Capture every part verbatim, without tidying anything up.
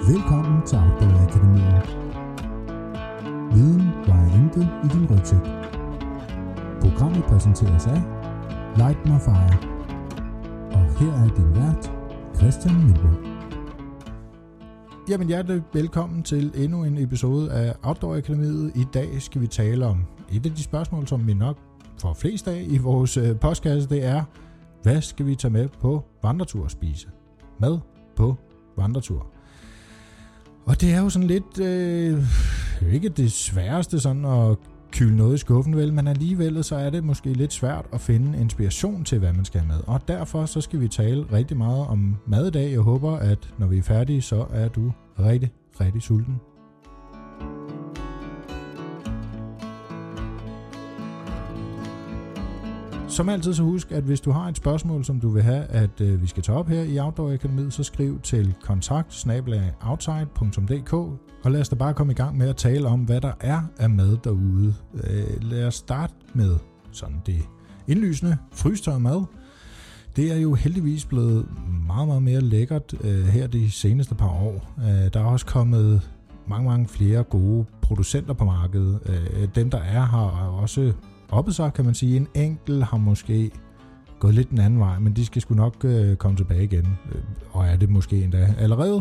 Velkommen til Outdoor Akademiet. Viden vejer intet i din rygsæk. Programmet præsenteres af Light My Fire. Og her er din vært, Christian Milbo. Jamen hjertelig velkommen til endnu en episode af Outdoor Akademiet. I dag skal vi tale om et af de spørgsmål, som vi nok får flest af i vores postkasse. Det er, hvad skal vi tage med på vandretur og spise? Mad på vandretur. Og det er jo sådan lidt, øh, ikke det sværeste sådan at kyle noget i skuffen, vel, men alligevel så er det måske lidt svært at finde inspiration til, hvad man skal have med. Og derfor så skal vi tale rigtig meget om mad i dag. Jeg håber, at når vi er færdige, så er du rigtig, rigtig sulten. Som altid så husk, at hvis du har et spørgsmål, som du vil have, at øh, vi skal tage op her i Outdoor Akademiet, så skriv til kontakt snabel-a outside punktum d k, og lad os da bare komme i gang med at tale om, hvad der er af mad derude. Øh, lad os starte med sådan det indlysende frystørret mad. Det er jo heldigvis blevet meget, meget mere lækkert øh, her de seneste par år. Øh, der er også kommet mange, mange flere gode producenter på markedet. Øh, dem, der er, har også oppet sig, kan man sige. En enkelt har måske gået lidt den anden vej, men de skal sgu nok øh, komme tilbage igen. Øh, og er det måske endda allerede.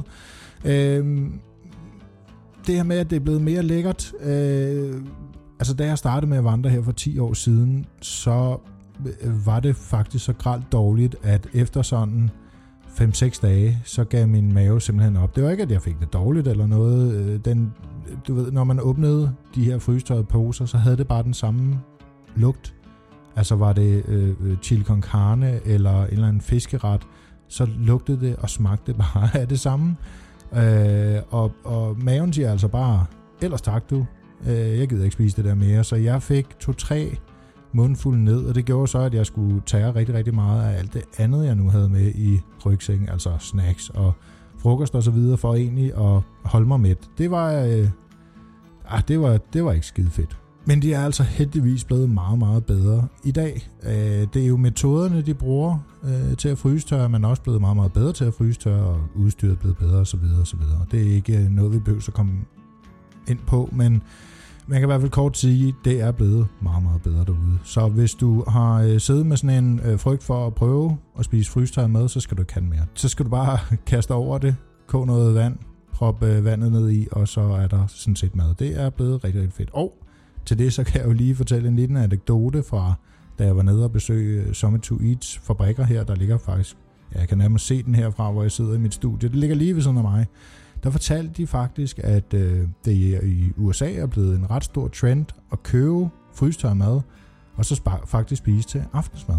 Øh, det her med, at det er blevet mere lækkert. Øh, altså, da jeg startede med at vandre her for ti år siden, så øh, var det faktisk så grelt dårligt, at efter sådan fem seks dage, så gav min mave simpelthen op. Det var ikke, at jeg fik det dårligt eller noget. Den, du ved, når man åbnede de her frystørrede poser, så havde det bare den samme lugt. Altså var det øh, chili con carne eller en eller anden fiskeret, så lugtede det og smagte bare af det samme. Øh, og, og maven siger altså bare, ellers tak du, øh, jeg gider ikke spise det der mere. Så jeg fik to-tre mundfulde ned, og det gjorde så, at jeg skulle tage rigtig, rigtig meget af alt det andet, jeg nu havde med i rygsækken, altså snacks og frokost og så videre, for egentlig at holde mig mæt. Det var, øh, ah, det var, det var ikke skide fedt. Men de er altså heldigvis blevet meget, meget bedre i dag. Det er jo metoderne, de bruger til at frystørre, men også blevet meget, meget bedre til at frystørre, og udstyret er blevet bedre osv. osv. Det er ikke noget, vi behøver at komme ind på, men man kan i hvert fald kort sige, at det er blevet meget, meget bedre derude. Så hvis du har siddet med sådan en frygt for at prøve at spise frystørret mad, så skal du ikke have mere. Så skal du bare kaste over det, kog noget vand, prop vandet ned i, og så er der sådan set mad. Det er blevet rigtig, rigtig fedt. Og til det så kan jeg jo lige fortælle en lille anekdote fra, da jeg var nede og besøge Summit to Eats fabrikker her, der ligger faktisk, ja, jeg kan nærmest se den herfra, hvor jeg sidder i mit studie, det ligger lige ved siden af mig. Der fortalte de faktisk, at øh, det i U S A er blevet en ret stor trend at købe frystørret mad, og så sp- faktisk spise til aftensmad.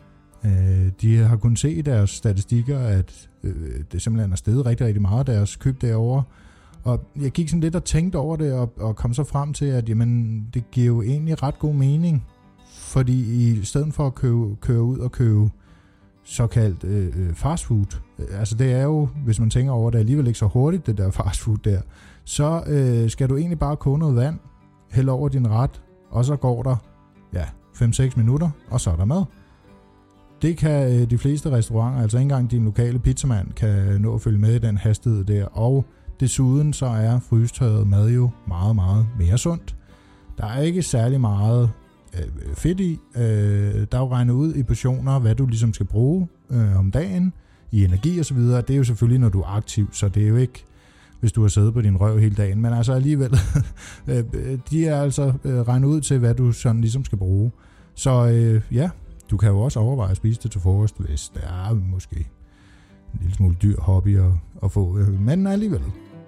Øh, de har kunnet se i deres statistikker, at øh, det simpelthen er steget rigtig, rigtig meget deres køb derovre. Og jeg gik sådan lidt og tænkte over det, og, og kom så frem til, at jamen, det giver jo egentlig ret god mening. Fordi i stedet for at købe, køre ud og købe såkaldt øh, fastfood, altså det er jo, hvis man tænker over det, alligevel ikke så hurtigt, det der fastfood der, så øh, skal du egentlig bare koge noget vand, hælde over din ret, og så går der ja, fem seks minutter, og så er der mad. Det kan øh, de fleste restauranter, altså ikke engang din lokale pizzamand, kan nå at følge med i den hastighed der, og desuden så er frystørret mad jo meget, meget mere sundt. Der er ikke særlig meget øh, fedt i. Øh, der er jo regnet ud i portioner, hvad du ligesom skal bruge øh, om dagen, i energi og så videre. Det er jo selvfølgelig, når du er aktiv, så det er jo ikke, hvis du har siddet på din røv hele dagen. Men altså alligevel, de er altså øh, regnet ud til, hvad du sådan ligesom skal bruge. Så øh, ja, du kan jo også overveje at spise det til frokost, hvis det er måske en lille smule dyr hobby at, at få, øh, men alligevel.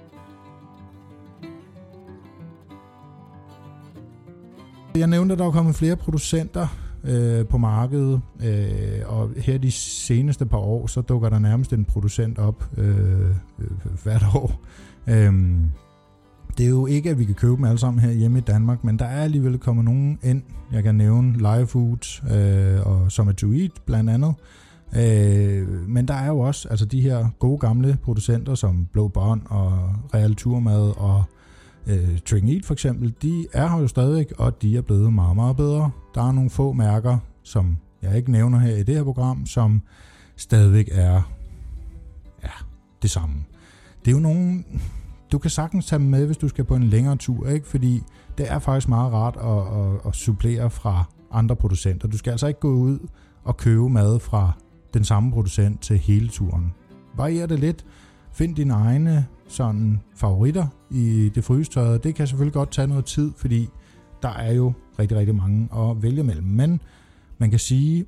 Jeg nævnte, at der er kommet flere producenter øh, på markedet, øh, og her de seneste par år, så dukker der nærmest en producent op øh, hvert år. Øh, det er jo ikke, at vi kan købe dem alle sammen her hjemme i Danmark, men der er alligevel kommet nogen ind. Jeg kan nævne Live Foods øh, og Summit to Eat blandt andet. Øh, men der er jo også altså de her gode gamle producenter som Blå Bånd og Real Turmad og øh, Drink Eat for eksempel. De er her jo stadig, og de er blevet meget, meget bedre. Der er nogle få mærker, som jeg ikke nævner her i det her program, som stadigvæk er ja, det samme. Det er jo nogle... Du kan sagtens tage dem med, hvis du skal på en længere tur, ikke? Fordi det er faktisk meget rart at, at, at supplere fra andre producenter. Du skal altså ikke gå ud og købe mad fra den samme producent til hele turen. Varier det lidt. Find dine egne sådan favoritter i det frysetøjet. Det kan selvfølgelig godt tage noget tid, fordi der er jo rigtig, rigtig mange at vælge mellem. Men man kan sige,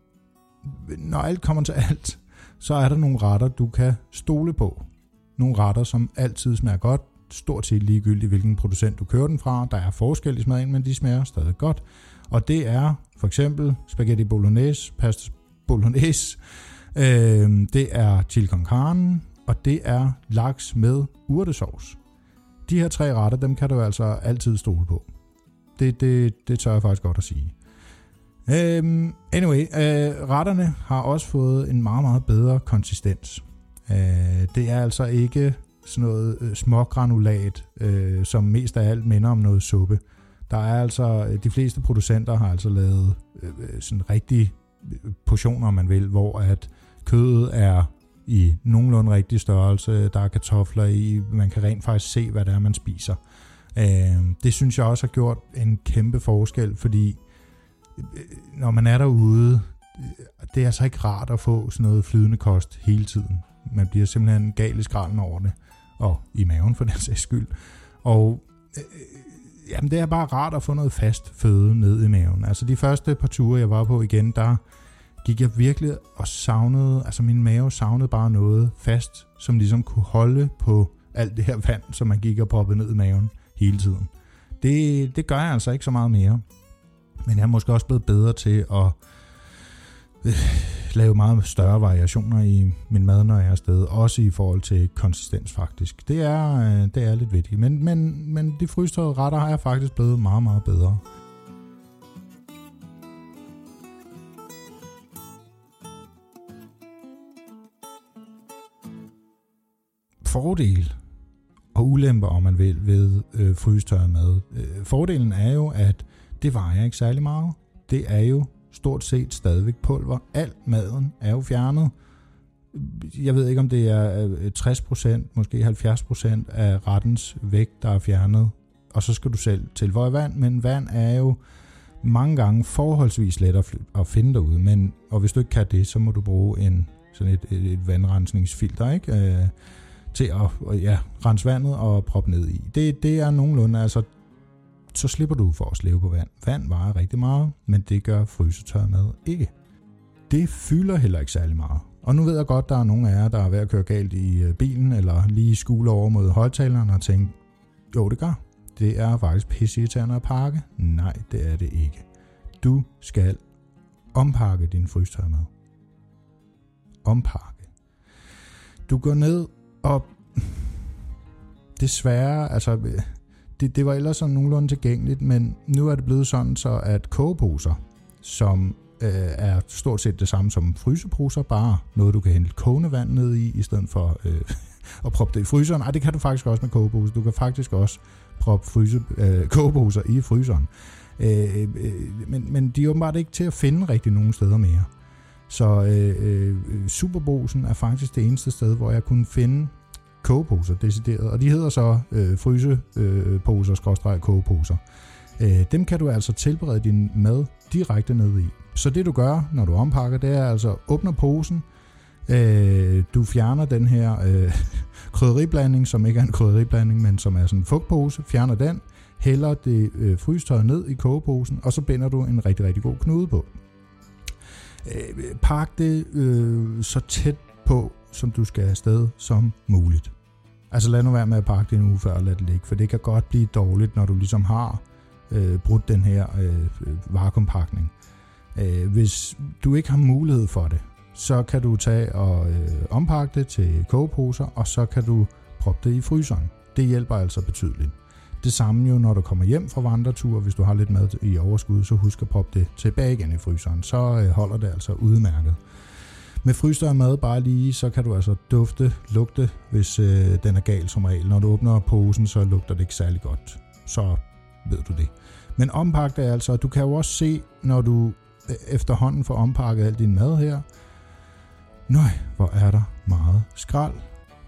når alt kommer til alt, så er der nogle retter, du kan stole på. Nogle retter, som altid smager godt. Stort set ligegyldigt, hvilken producent du kører den fra. Der er forskel i smagen, men de smager stadig godt. Og det er for eksempel spaghetti bolognese, pasta bolognese, øh, det er chili con carne, og det er laks med urtesauce. De her tre retter, dem kan du altså altid stole på. Det, det, det tør jeg faktisk godt at sige. Um, anyway, uh, retterne har også fået en meget, meget bedre konsistens. Uh, det er altså ikke sådan noget uh, smågranulat, uh, som mest af alt minder om noget suppe. Der er altså, de fleste producenter har altså lavet uh, sådan rigtig portioner, om man vil, hvor at kødet er i nogenlunde rigtig størrelse, der er kartofler i, man kan rent faktisk se, hvad det er, man spiser. Uh, det synes jeg også har gjort en kæmpe forskel, fordi når man er derude, det er altså ikke rart at få sådan noget flydende kost hele tiden. Man bliver simpelthen gal i skralden over det, og i maven for den sags skyld. Og øh, jamen, det er bare rart at få noget fast føde ned i maven. Altså de første par ture, jeg var på igen, der gik jeg virkelig og savnede, altså min mave savnede bare noget fast, som ligesom kunne holde på alt det her vand, som man gik og proppede ned i maven hele tiden. Det, det gør jeg altså ikke så meget mere. Men jeg er måske også blevet bedre til at øh, lave meget større variationer i min mad, når jeg er afsted. Også i forhold til konsistens faktisk. Det er, øh, det er lidt vigtigt. Men, men, men de frystede retter har jeg faktisk blevet meget, meget bedre. Fordel og ulemper, om man vil, ved øh, frystørret mad. Øh, fordelen er jo, at det vejer ikke særlig meget. Det er jo stort set stadigvæk pulver. Al maden er jo fjernet. Jeg ved ikke, om det er tres procent, måske halvfjerds procent af rettens vægt, der er fjernet. Og så skal du selv tilføje vand, men vand er jo mange gange forholdsvis let at finde derude. Men, og hvis du ikke kan det, så må du bruge en, sådan et, et, et vandrensningsfilter, ikke? Øh, til at ja, rense vandet og proppe ned i. Det, det er nogenlunde, altså så slipper du for at slæve på vand. Vand vejer rigtig meget, men det gør frysetørret mad ikke. Det fylder heller ikke særlig meget. Og nu ved jeg godt, der er nogle af jer, der er ved at køre galt i bilen, eller lige skule over mod højtaleren og tænke, jo det gør. Det er faktisk pisseirriterende at pakke. Nej, det er det ikke. Du skal ompakke din frysetørret mad. Ompakke. Du går ned og desværre, altså det, det var ellers sådan nogenlunde tilgængeligt, men nu er det blevet sådan så, at kogeposer, som øh, er stort set det samme som fryseposer, bare noget du kan hente kogende vand ned i, i stedet for øh, at proppe det i fryseren. Ej, det kan du faktisk også med kogeposer. Du kan faktisk også proppe fryse, øh, kogeposer i fryseren. Øh, øh, men, men de er åbenbart ikke til at finde rigtig nogen steder mere. Så øh, øh, Superbrugsen er faktisk det eneste sted, hvor jeg kunne finde kogeposer decideret, og de hedder så øh, fryseposer, skråstreg kogeposer. Øh, dem kan du altså tilberede din mad direkte ned i. Så det du gør, når du ompakker, det er altså åbner posen, øh, du fjerner den her øh, krydderiblanding, som ikke er en krydderiblanding, men som er sådan en fugtpose, fjerner den, hælder det øh, frysetøjet ned i kogeposen, og så binder du en rigtig, rigtig god knude på. Øh, pak det øh, så tæt på, som du skal afsted som muligt. Altså lad nu være med at pakke det en uge før og lad det ligge, for det kan godt blive dårligt, når du ligesom har øh, brudt den her øh, vakuumpakning. Øh, hvis du ikke har mulighed for det, så kan du tage og øh, ompakke det til kogeposer, og så kan du proppe det i fryseren. Det hjælper altså betydeligt. Det samme jo, når du kommer hjem fra vandretur, hvis du har lidt mad i overskud, så husk at proppe det tilbage igen i fryseren. Så øh, holder det altså udmærket. Med frystørret mad bare lige, så kan du altså dufte, lugte, hvis øh, den er gal som regel. Når du åbner posen, så lugter det ikke særlig godt. Så ved du det. Men ompak det altså, du kan jo også se, når du øh, efterhånden får ompakket al din mad her. Nøj, hvor er der meget skrald.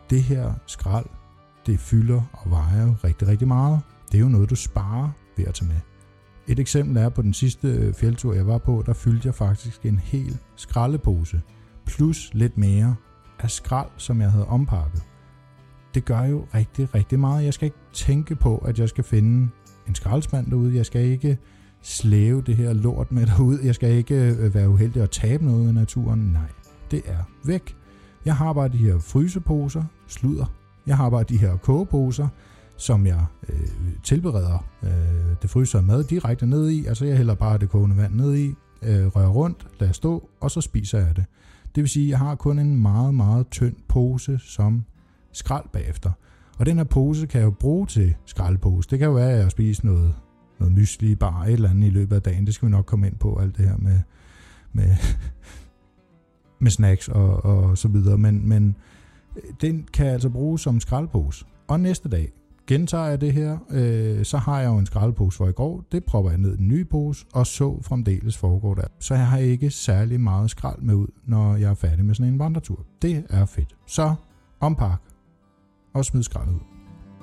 det her skrald, det fylder og vejer jo rigtig, rigtig meget. Det er jo noget, du sparer ved at tage med. Et eksempel er, på den sidste fjeldtur, jeg var på, der fyldte jeg faktisk en hel skraldepose, plus lidt mere af skrald, som jeg havde ompakket. Det gør jo rigtig, rigtig meget. Jeg skal ikke tænke på, at jeg skal finde en skraldespand derude. Jeg skal ikke slæve det her lort med derud. Jeg skal ikke være uheldig at tabe noget i naturen. Nej, det er væk. Jeg har bare de her fryseposer, sludder. Jeg har bare de her kogeposer, som jeg øh, tilbereder øh, det frysede mad direkte ned i. Altså jeg hælder bare det kogende vand ned i, øh, rører rundt, lader stå, og så spiser jeg det. Det vil sige, at jeg har kun en meget, meget tynd pose som skrald bagefter. Og den her pose kan jeg jo bruge til skraldepose. Det kan jo være, at jeg spiser noget, noget mysli, bare et eller andet i løbet af dagen. Det skal vi nok komme ind på, alt det her med, med, med snacks og, og så videre. Men, men den kan jeg altså bruge som skraldepose. Og næste dag gentager jeg det her, øh, så har jeg jo en skraldepose for i går. Det propper jeg ned i den nye pose, og så fremdeles foregår der. Så jeg har ikke særlig meget skrald med ud, når jeg er færdig med sådan en vandretur. Det er fedt. Så ompak og smid skraldet ud.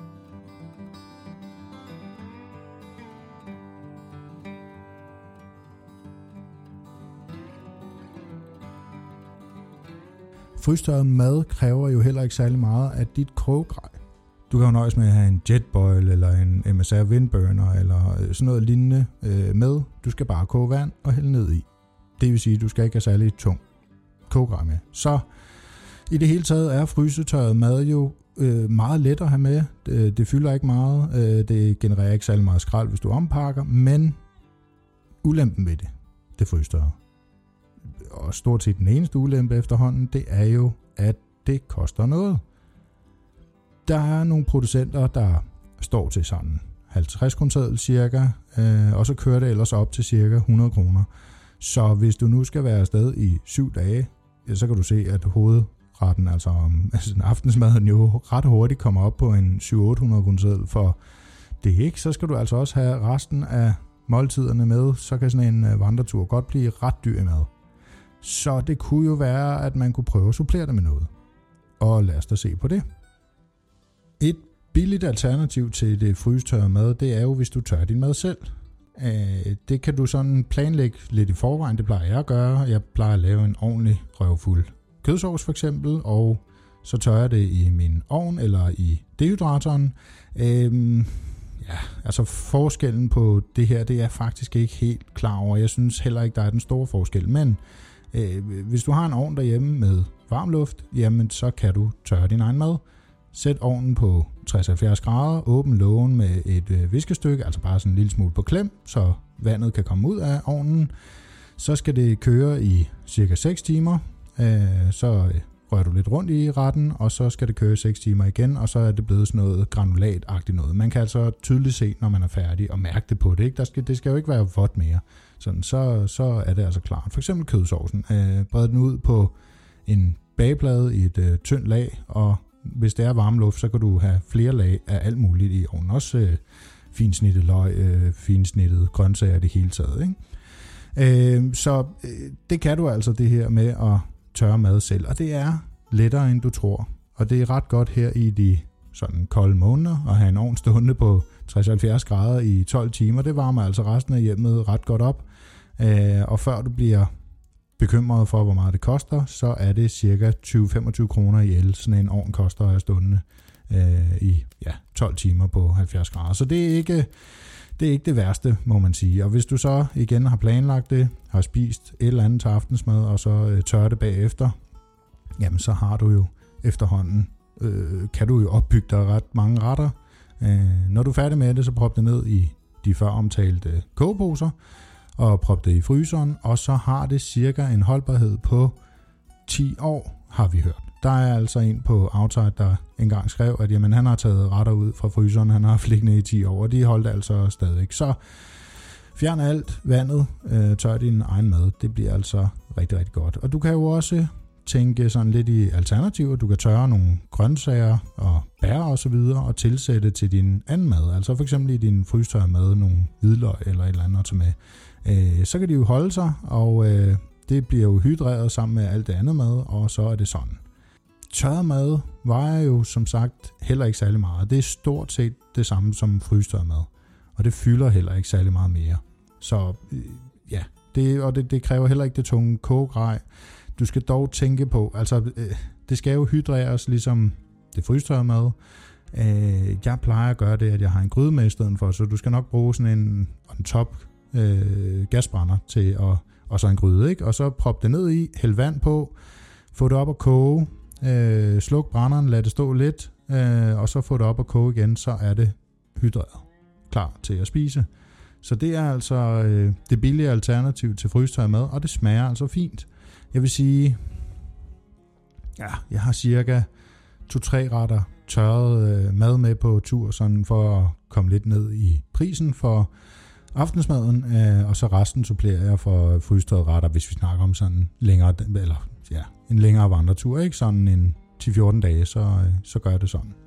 Frystørret mad kræver jo heller ikke særlig meget af dit kroggrej. Du kan jo nøjes med at have en jetboil eller en M S R windburner eller sådan noget lignende med. Du skal bare koge vand og hælde ned i. Det vil sige, at du skal ikke have særlig tung kogegrej med. Så i det hele taget er frysetørret mad jo øh, meget let at have med. Det, det fylder ikke meget. Øh, det genererer ikke særlig meget skrald, hvis du ompakker. Men ulempen ved det, det frystørret, og stort set den eneste ulempe efterhånden, det er jo, at det koster noget. Der er nogle producenter, der står til sådan halvtreds kroner cirka, øh, og så kører det ellers op til cirka hundrede kroner. Så hvis du nu skal være afsted i syv dage, ja, så kan du se, at hovedretten, altså, altså aftensmaden jo ret hurtigt kommer op på en syv hundrede til otte hundrede kroner for det ikke. Så skal du altså også have resten af måltiderne med, så kan sådan en vandretur godt blive ret dyr i mad. Så det kunne jo være, at man kunne prøve at supplere det med noget. Og lad os da se på det. Et billigt alternativ til det frystørrede mad, det er jo, hvis du tørrer din mad selv. Det kan du sådan planlægge lidt i forvejen, det plejer jeg at gøre. Jeg plejer at lave en ordentlig røvfuld kødsovs for eksempel, og så tørrer jeg det i min ovn eller i dehydratoren. Øhm, ja, altså forskellen på det her, det er jeg faktisk ikke helt klar over. Jeg synes heller ikke, der er den store forskel, men øh, hvis du har en ovn derhjemme med varm luft, jamen så kan du tørre din egen mad. Sæt ovnen på tres til halvfjerds grader, åbn lågen med et øh, viskestykke, altså bare sådan en lille smule på klem, så vandet kan komme ud af ovnen. Så skal det køre i cirka seks timer, øh, så rører du lidt rundt i retten, og så skal det køre seks timer igen, og så er det blevet sådan noget granulatagtigt noget. Man kan altså tydeligt se, når man er færdig, og mærke det på det. Ikke? Der skal, det skal jo ikke være vådt mere. Sådan, så, så er det altså klart. For eksempel kødsovsen. Øh, bred den ud på en bageplade i et øh, tyndt lag, og hvis det er varm luft, så kan du have flere lag af alt muligt i ovnen. Også øh, finsnittet løg, øh, finsnittet grøntsager i det hele taget. Ikke? Øh, så øh, det kan du altså, det her med at tørre mad selv. Og det er lettere, end du tror. Og det er ret godt her i de sådan kolde måneder at have en ovn stående på tres til halvfjerds grader i tolv timer. Det varmer altså resten af hjemmet ret godt op. Øh, og før du bliver bekymret for, hvor meget det koster, så er det cirka tyve til femogtyve kroner i el, sådan en ovn koster af stående øh, i ja, tolv timer på halvfjerds grader. Så det er, ikke, det er ikke det værste, må man sige. Og hvis du så igen har planlagt det, har spist et eller andet til aftensmad, og så øh, tørrer det bagefter, jamen så har du jo efterhånden, øh, kan du jo opbygge dig ret mange retter. Øh, når du er færdig med det, så prop det ned i de før omtalte kogeposer, og prop det i fryseren, og så har det cirka en holdbarhed på ti år, har vi hørt. Der er altså en på Outside, der engang skrev, at jamen, han har taget retter ud fra fryseren, han har haft liggende i ti år, og de holdt altså stadig. Så fjern alt vandet, øh, tør din egen mad, det bliver altså rigtig, rigtig godt. Og du kan jo også tænke sådan lidt i alternativer. Du kan tørre nogle grøntsager og bær og så videre, og tilsætte til din anden mad. Altså for eksempel i din frystørrede mad, nogle hvidløg eller et eller andet at tage med. Øh, så kan de jo holde sig, og øh, det bliver jo hydreret sammen med alt det andet mad, og så er det sådan. tørret mad vejer jo som sagt heller ikke særlig meget. Det er stort set det samme som frystørret mad, og det fylder heller ikke særlig meget mere. Så øh, ja, det, og det, det kræver heller ikke det tunge kogegrej. Du skal dog tænke på, altså øh, det skal jo hydreres ligesom det frystørrede mad. Øh, jeg plejer at gøre det, at jeg har en gryde med i stedet for, så du skal nok bruge sådan en on top øh, gasbrænder til at, og så en gryde, ikke? Og så prop det ned i, hæld vand på, få det op at koge, øh, sluk brænderen, lad det stå lidt, øh, og så få det op at koge igen, så er det hydreret, klar til at spise. Så det er altså øh, det billige alternativ til frystørret mad, og det smager altså fint. Jeg vil sige, ja, jeg har cirka to-tre retter tørret øh, mad med på tur, sådan for at komme lidt ned i prisen for aftensmaden, øh, og så resten supplerer jeg for frystørrede retter, hvis vi snakker om sådan længere, eller ja, en længere vandretur, ikke? Sådan en ti til fjorten dage, så, øh, så gør jeg det sådan.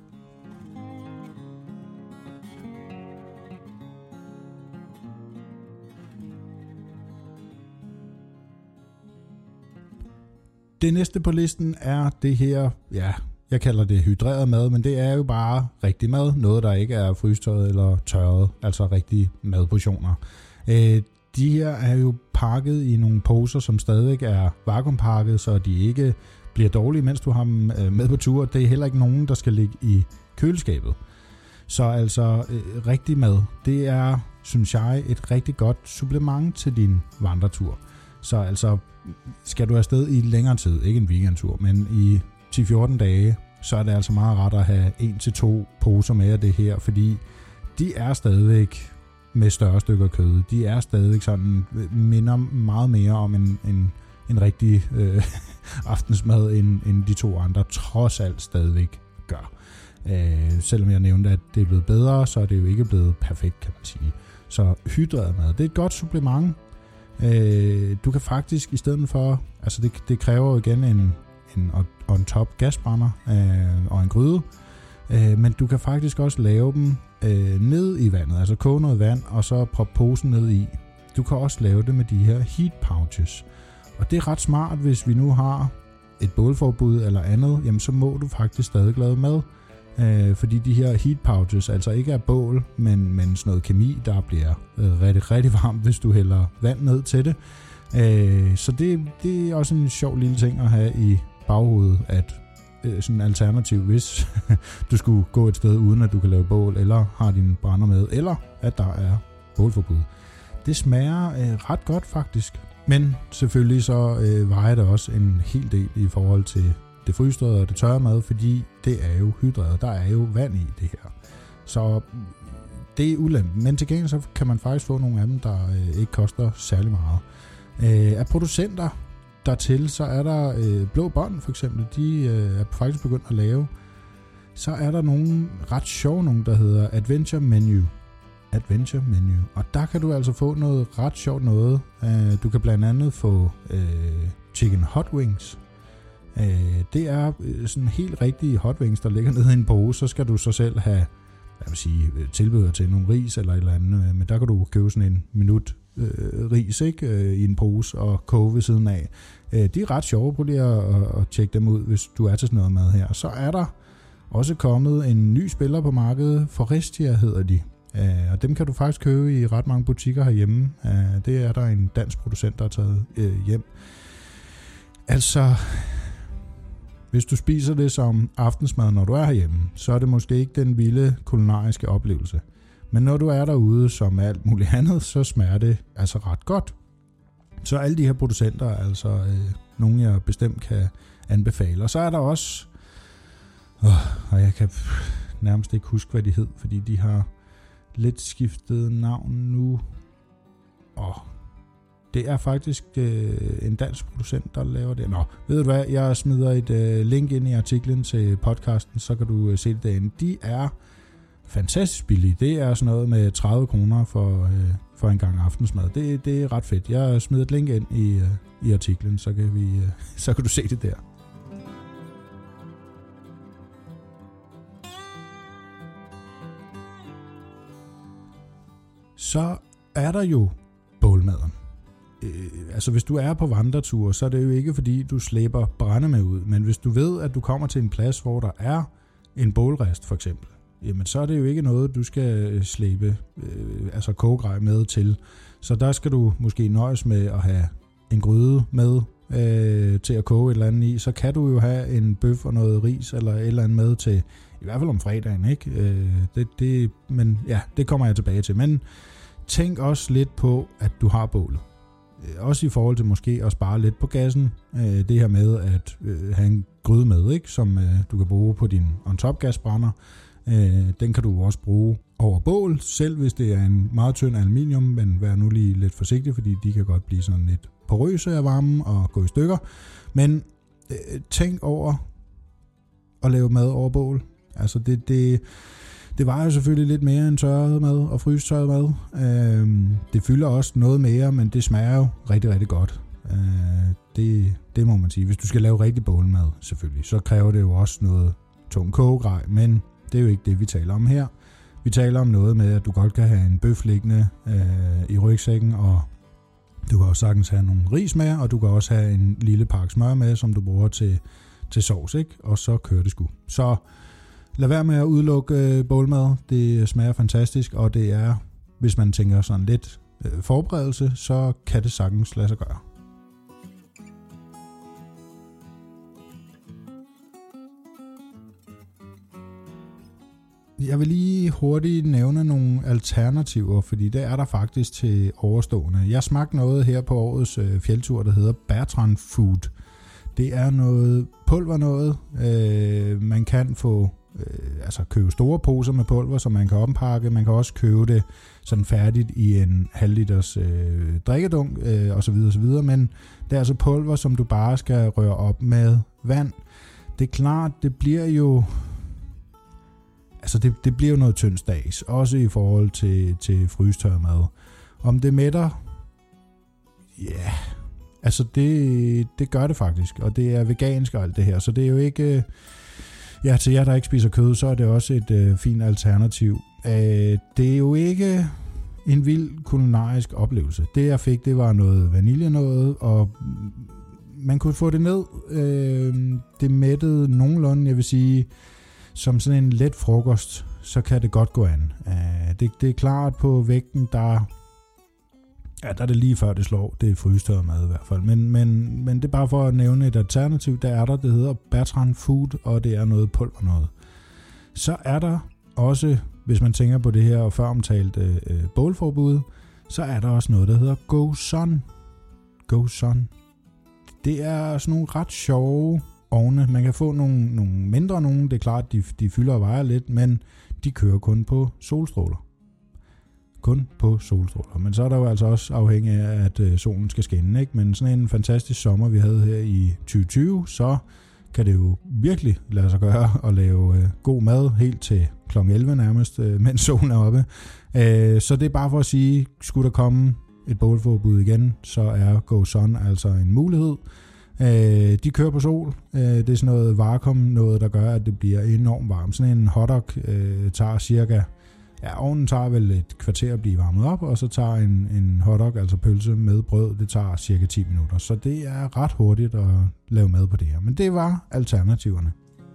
Det næste på listen er det her, ja, jeg kalder det hydreret mad, men det er jo bare rigtig mad. Noget, der ikke er frystørret eller tørret, altså rigtige madportioner. Øh, de her er jo pakket i nogle poser, som stadig er vakuumpakket, så de ikke bliver dårlige, mens du har dem med på tur. Det er heller ikke nogen, der skal ligge i køleskabet. Så altså øh, rigtig mad, det er, synes jeg, et rigtig godt supplement til din vandretur. Så altså skal du afsted i længere tid, ikke en weekendtur, men i ti til fjorten dage, så er det altså meget rart at have en til to poser med af det her, fordi de er stadigvæk med større stykker kød. De er stadigvæk sådan, minder meget mere om en, en, en rigtig øh, aftensmad, end, end de to andre trods alt stadigvæk gør. Øh, selvom jeg nævnte, at det er blevet bedre, så er det jo ikke blevet perfekt, kan man sige. Så hydreret mad, det er et godt supplement. Øh, du kan faktisk i stedet for, altså det, det kræver jo igen en, en on top gasbrænder øh, og en gryde, øh, men du kan faktisk også lave dem øh, ned i vandet, altså koge noget vand og så proppe posen ned i. Du kan også lave det med de her heat pouches, og det er ret smart, hvis vi nu har et bålforbud eller andet, jamen så må du faktisk stadig lave mad, øh, fordi de her heat pouches altså ikke er bål, men, men sådan noget kemi, der bliver øh, rigtig, rigtig varmt, hvis du hælder vand ned til det. Øh, så det, det er også en sjov lille ting at have i baghovedet, at øh, sådan en alternativ, hvis du skulle gå et sted uden at du kan lave bål, eller har dine brænder med, eller at der er bålforbud. Det smager øh, ret godt faktisk, men selvfølgelig så øh, vejer det også en hel del i forhold til det frystørrede og det tørre mad, fordi det er jo hydreret, der er jo vand i det her. Så det er ulempen, men til gengæld så kan man faktisk få nogle af dem, der øh, ikke koster særlig meget. Øh, af producenter dertil, så er der øh, Blå Bånd for eksempel, de øh, er faktisk begyndt at lave. Så er der nogle ret sjove nogle, der hedder Adventure Menu. Adventure Menu. Og der kan du altså få noget ret sjovt noget. Øh, du kan blandt andet få øh, Chicken Hot Wings. Øh, det er øh, sådan helt rigtige hot wings, der ligger nede i en pose. Så skal du så selv have, hvad vil sige, tilbehør til nogle ris eller et eller andet. Men der kan du købe sådan en minut øh, ris, ikke? Øh, i en pose og koge ved siden af. Øh, de er ret sjove. Prøv lige at, at, at tjekke dem ud, hvis du er til sådan noget mad her. Så er der også kommet en ny spiller på markedet. Forestia hedder de. Uh, og dem kan du faktisk købe i ret mange butikker herhjemme. Uh, det er der en dansk producent, der har taget uh, hjem. Altså, hvis du spiser det som aftensmad, når du er herhjemme, så er det måske ikke den vilde kulinariske oplevelse. Men når du er derude som alt muligt andet, så smager det altså ret godt. Så alle de her producenter er altså uh, nogle, jeg bestemt kan anbefale. Og så er der også, uh, og jeg kan nærmest ikke huske, hvad de hed, fordi de har lidt skiftet navn nu. Åh, det er faktisk øh, en dansk producent, der laver det. Nå, ved du hvad, jeg smider et øh, link ind i artiklen til podcasten, så kan du øh, se det derinde. De er fantastisk billige. Det er sådan noget med tredive kroner for, øh, for en gang aftensmad. Det, det er ret fedt. Jeg smider et link ind i, øh, i artiklen, så kan, vi, øh, så kan du se det der. Så er der jo bålmaden. Øh, altså hvis du er på vandretur, så er det jo ikke fordi, du slæber brænde med ud, men hvis du ved, at du kommer til en plads, hvor der er en bålrest for eksempel, jamen så er det jo ikke noget, du skal slæbe øh, altså kogegrej med til. Så der skal du måske nøjes med at have en gryde med øh, til at koge et eller andet i. Så kan du jo have en bøf og noget ris eller et eller andet med til, i hvert fald om fredagen, ikke? Øh, det, det, men ja, det kommer jeg tilbage til. Men tænk også lidt på, at du har bålet. Også i forhold til måske at spare lidt på gassen. Øh, det her med at øh, have en gryde med, ikke? Som øh, du kan bruge på din on-top gasbrænder. Øh, den kan du også bruge over bål, selv hvis det er en meget tynd aluminium, men vær nu lige lidt forsigtig, fordi de kan godt blive sådan lidt porøse af varmen og gå i stykker. Men øh, tænk over at lave mad over bål. Altså det, det, det var jo selvfølgelig lidt mere end tørret mad og frystørret mad. Øh, det fylder også noget mere, men det smager jo rigtig, rigtig godt. Øh, det, det må man sige. Hvis du skal lave rigtig bålmad, selvfølgelig, så kræver det jo også noget tung kogegrej, men det er jo ikke det, vi taler om her. Vi taler om noget med, at du godt kan have en bøf liggende øh, i rygsækken, og du kan også sagtens have nogle ris med, og du kan også have en lille pakke smør med, som du bruger til, til sovs, ikke? Og så kører det sgu. Så lad være med at udelukke øh, bålmad. Det smager fantastisk, og det er, hvis man tænker sådan lidt øh, forberedelse, så kan det sagtens lade sig gøre. Jeg vil lige hurtigt nævne nogle alternativer, fordi det er der faktisk til overstående. Jeg smagte noget her på årets øh, fjeldtur, der hedder Bertrand Food. Det er noget pulver noget. Øh, man kan få øh, altså købe store poser med pulver, som man kan ompakke. Man kan også købe det sådan færdigt i en halv liters øh, drikkedunk øh, osv. osv. Men det er altså pulver, som du bare skal røre op med vand. Det er klart, det bliver jo... Altså det, det bliver jo noget tynd stads, også i forhold til, til frystørret mad. Om det mætter? Ja, yeah. altså det, det gør det faktisk, og det er vegansk og alt det her, så det er jo ikke... Ja, til jer, der ikke spiser kød, så er det også et øh, fint alternativ. Øh, det er jo ikke en vild kulinarisk oplevelse. Det jeg fik, det var noget vanilje noget, og man kunne få det ned. Øh, det mættede nogenlunde, jeg vil sige... Som sådan en let frokost, så kan det godt gå an. Uh, det, det er klart på vægten, der, ja, der er det lige før det slår. Det er frystørret mad i hvert fald. Men, men, men det er bare for at nævne et alternativ. Der er der, det hedder Bertrand Food, og det er noget pulver noget. Så er der også, hvis man tænker på det her før omtalte uh, bålforbud, så er der også noget, der hedder GoSun. GoSun. Det er sådan nogle ret sjove ovne. Man kan få nogle, nogle mindre nogle, det er klart, de, de fylder og vejer lidt, men de kører kun på solstråler. Kun på solstråler. Men så er der jo altså også afhængig af, at øh, solen skal skinne, ikke? Men sådan en fantastisk sommer, vi havde her i tyve tyve, så kan det jo virkelig lade sig gøre at lave øh, god mad helt til klokken elleve nærmest, øh, mens solen er oppe. Øh, så det er bare for at sige, skulle der komme et bålforbud igen, så er GoSun altså en mulighed. Øh, de kører på sol. Øh, det er sådan noget vakuum, noget der gør, at det bliver enormt varmt. Sådan en hotdog øh, tager cirka, ja, ovnen tager vel et kvarter at blive varmet op, og så tager en, en hotdog, altså pølse med brød, det tager cirka ti minutter. Så det er ret hurtigt at lave mad på det her. Men det var alternativerne.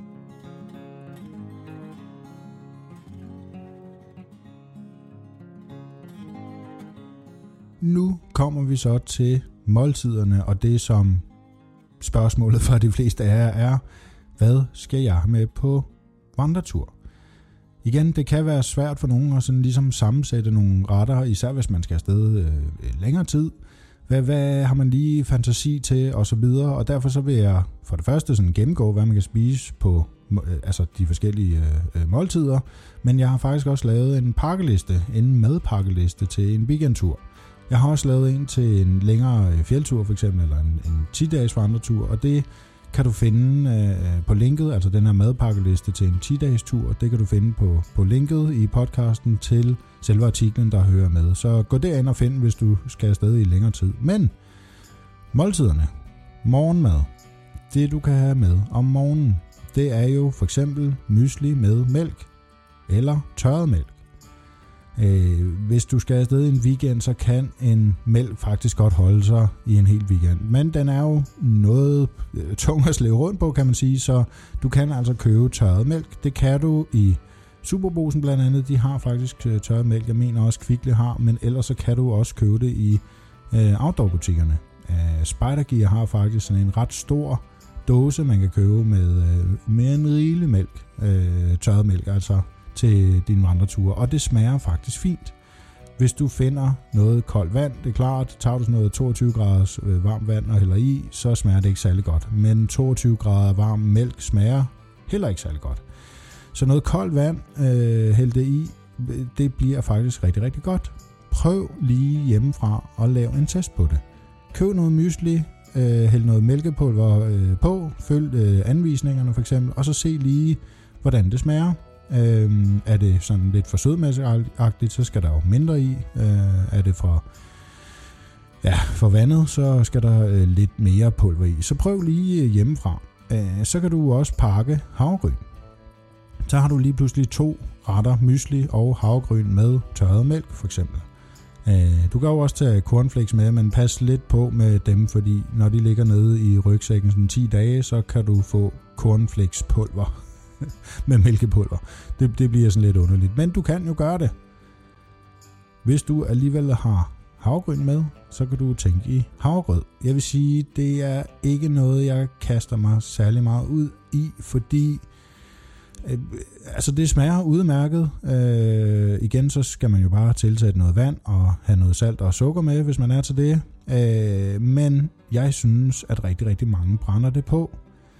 Nu kommer vi så til måltiderne, og det som spørgsmålet fra de fleste af jer er, hvad skal jeg have med på vandretur? Igen, det kan være svært for nogen at sådan ligesom sammensætte nogle retter, især hvis man skal afsted øh, længere tid. Hvad, hvad har man lige fantasi til, og så videre. Og derfor så vil jeg for det første sådan gennemgå, hvad man kan spise på øh, altså de forskellige øh, måltider. Men jeg har faktisk også lavet en pakkeliste, en madpakkeliste til en weekendtur. Jeg har også lavet en til en længere fjeldtur for eksempel, eller en, en ti-dages vandretur, og det kan du finde øh, på linket, altså den her madpakkeliste til en ti-dages tur, det kan du finde på, på linket i podcasten til selve artiklen, der hører med. Så gå derind og find, hvis du skal afsted i længere tid. Men måltiderne, morgenmad, det du kan have med om morgenen, det er jo for eksempel mysli med mælk, eller tørret mælk. Øh, hvis du skal afsted i en weekend, så kan en mælk faktisk godt holde sig i en hel weekend. Men den er jo noget øh, tung at slæve rundt på, kan man sige, så du kan altså købe tørret mælk. Det kan du i Superbrugsen blandt andet. De har faktisk øh, tørret mælk. Jeg mener også Kvickly har, men ellers så kan du også købe det i øh, outdoor-butikkerne. Øh, Spider-Gear har faktisk sådan en ret stor dåse, man kan købe med øh, mere en rigelig mælk, øh, tørret mælk altså, til dine vandreture, og det smager faktisk fint. Hvis du finder noget koldt vand, det er klart, tager du sådan noget toogtyve graders øh, varmt vand og hælder i, så smager det ikke særlig godt. Men toogtyve grader varm mælk smager heller ikke særlig godt. Så noget koldt vand, øh, hæld det i, det bliver faktisk rigtig, rigtig godt. Prøv lige hjemmefra og lav en test på det. Køb noget mysli, øh, hæld noget mælkepulver øh, på, følg øh, anvisningerne for eksempel, og så se lige, hvordan det smager. Øhm, er det sådan lidt for sødmælksagtigt, så skal der jo mindre i. Øh, er det for, ja, for vandet, så skal der øh, lidt mere pulver i. Så prøv lige hjemmefra. Øh, så kan du også pakke havregryn. Så har du lige pludselig to retter, mysli og havregryn med tørret mælk for eksempel. Øh, du kan jo også tage cornflakes med, men pas lidt på med dem, fordi når de ligger nede i rygsækken sådan ti dage, så kan du få cornflakes pulver med mælkepulver. Det, det bliver sådan lidt underligt, men du kan jo gøre det. Hvis du alligevel har havregryn med, så kan du tænke i havregrød. Jeg vil sige, det er ikke noget, jeg kaster mig særlig meget ud i, fordi øh, altså det smager udmærket. Øh, igen, så skal man jo bare tilsætte noget vand og have noget salt og sukker med, hvis man er til det. Øh, men jeg synes, at rigtig, rigtig mange brænder det på.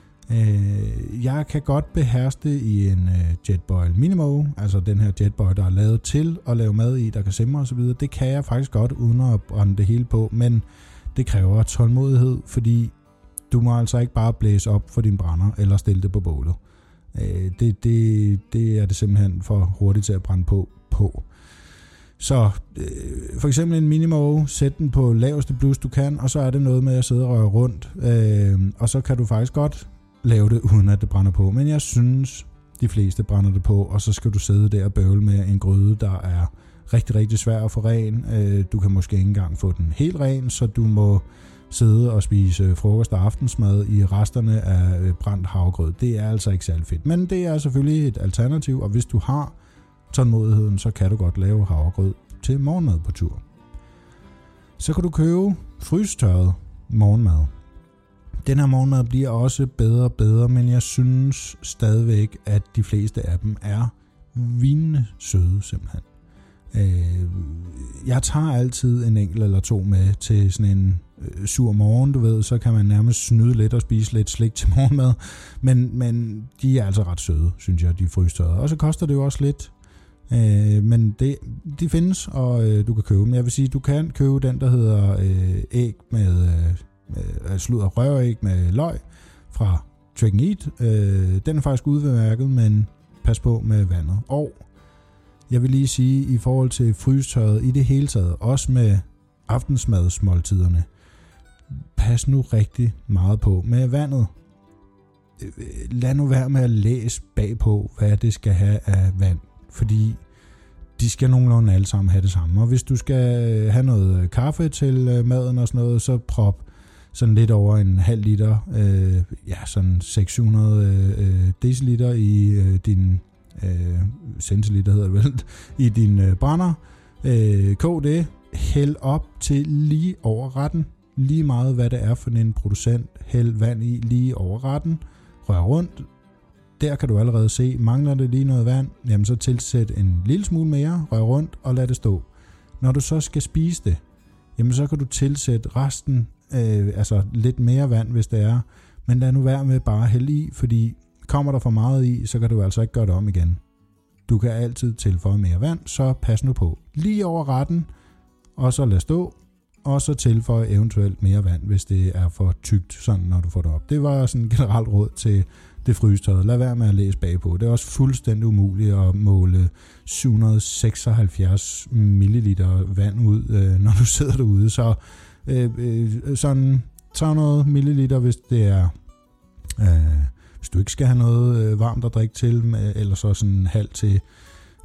Jeg kan godt beherske det i en Jetboil Minimo, altså den her Jetboil, der er lavet til at lave mad i, der kan simre osv. Det kan jeg faktisk godt, uden at brænde det hele på, men det kræver tålmodighed, fordi du må altså ikke bare blæse op for din brænder, eller stille det på bålet. Det, det, det er det simpelthen for hurtigt til at brænde på. på. Så øh, for eksempel en Minimo, sæt den på laveste blus du kan, og så er det noget med at sidde og røre rundt, øh, og så kan du faktisk godt lave det, uden at det brænder på. Men jeg synes, de fleste brænder det på, og så skal du sidde der og bøvle med en gryde, der er rigtig, rigtig svær at få ren. Du kan måske ikke engang få den helt ren, så du må sidde og spise frokost og aftensmad i resterne af brændt havregrød. Det er altså ikke særlig fedt. Men det er selvfølgelig et alternativ, og hvis du har tålmodigheden, så kan du godt lave havregrød til morgenmad på tur. Så kan du købe frysetørret morgenmad. Den her morgenmad bliver også bedre og bedre, men jeg synes stadigvæk, at de fleste af dem er vinende søde simpelthen. Jeg tager altid en enkelt eller to med til sådan en sur morgen, du ved, så kan man nærmest snyde lidt og spise lidt slik til morgenmad, men, men de er altså ret søde, synes jeg, de frystørrede. Og så koster det jo også lidt, men det, de findes, og du kan købe dem. Jeg vil sige, du kan købe den, der hedder æg med sludder røræg med løg fra Track and Eat. Øh, den er faktisk udmærket, men pas på med vandet. Og jeg vil lige sige, i forhold til frysetørret i det hele taget, også med aftensmadsmåltiderne, pas nu rigtig meget på med vandet. Lad nu være med at læse bagpå, hvad det skal have af vand, fordi de skal nogenlunde alle sammen have det samme. Og hvis du skal have noget kaffe til maden og sådan noget, så prop sådan lidt over en halv liter, øh, ja, sådan seks til syv hundrede øh, deciliter i øh, din øh, centiliter hedder det vel, i din øh, brænder. Øh, kog det, hæld op til lige over retten, lige meget hvad det er for en producent, hæld vand i lige over retten, rør rundt. Der kan du allerede se, mangler det lige noget vand, jamen så tilsæt en lille smule mere, rør rundt og lad det stå. Når du så skal spise det, jamen så kan du tilsætte resten, øh, altså lidt mere vand, hvis det er, men lad nu være med bare at hælde i, fordi kommer der for meget i, så kan du altså ikke gøre det om igen. Du kan altid tilføje mere vand, så pas nu på. Lige over retten, og så lad stå, og så tilføje eventuelt mere vand, hvis det er for tykt, sådan når du får det op. Det var sådan generelt råd til det frysetørret. Lad være med at læse bagpå. Det er også fuldstændig umuligt at måle syv hundrede seksoghalvfjerds milliliter vand ud, øh, når du sidder derude. Så øh, øh, sådan tre hundrede milliliter, hvis det er, øh, hvis du ikke skal have noget øh, varmt at drikke til, med, eller så sådan halv til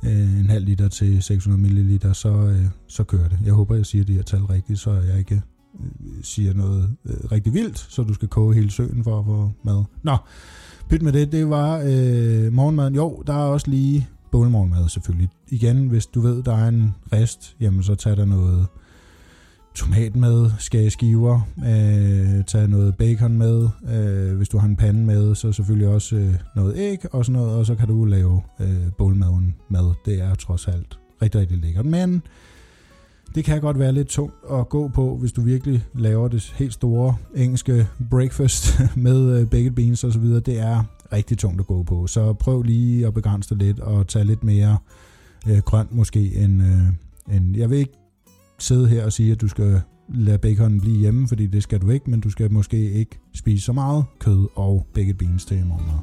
øh, en halv liter til seks hundrede milliliter, så, øh, så kører det. Jeg håber, jeg siger de her tal rigtigt, så jeg ikke øh, siger noget øh, rigtig vildt, så du skal koge hele søen for at få mad. Nå, pyt med det, det var øh, morgenmaden. Jo, der er også lige bålmorgenmad selvfølgelig. Igen, hvis du ved, der er en rest, jamen så tag der noget tomat med, skære skiver, øh, tag noget bacon med, øh, hvis du har en pande med, så selvfølgelig også øh, noget æg og sådan noget, og så kan du lave øh, bålmaden mad. Det er trods alt rigtig, rigtig lækkert. Men det kan godt være lidt tungt at gå på, hvis du virkelig laver det helt store engelske breakfast med øh, baked beans og så videre. Det er rigtig tungt at gå på, så prøv lige at begrænse det lidt og tage lidt mere øh, grønt måske end, øh, end... Jeg vil ikke sidde her og sige, at du skal lade baconen blive hjemme, fordi det skal du ikke, men du skal måske ikke spise så meget kød og baked beans til i morgenmad.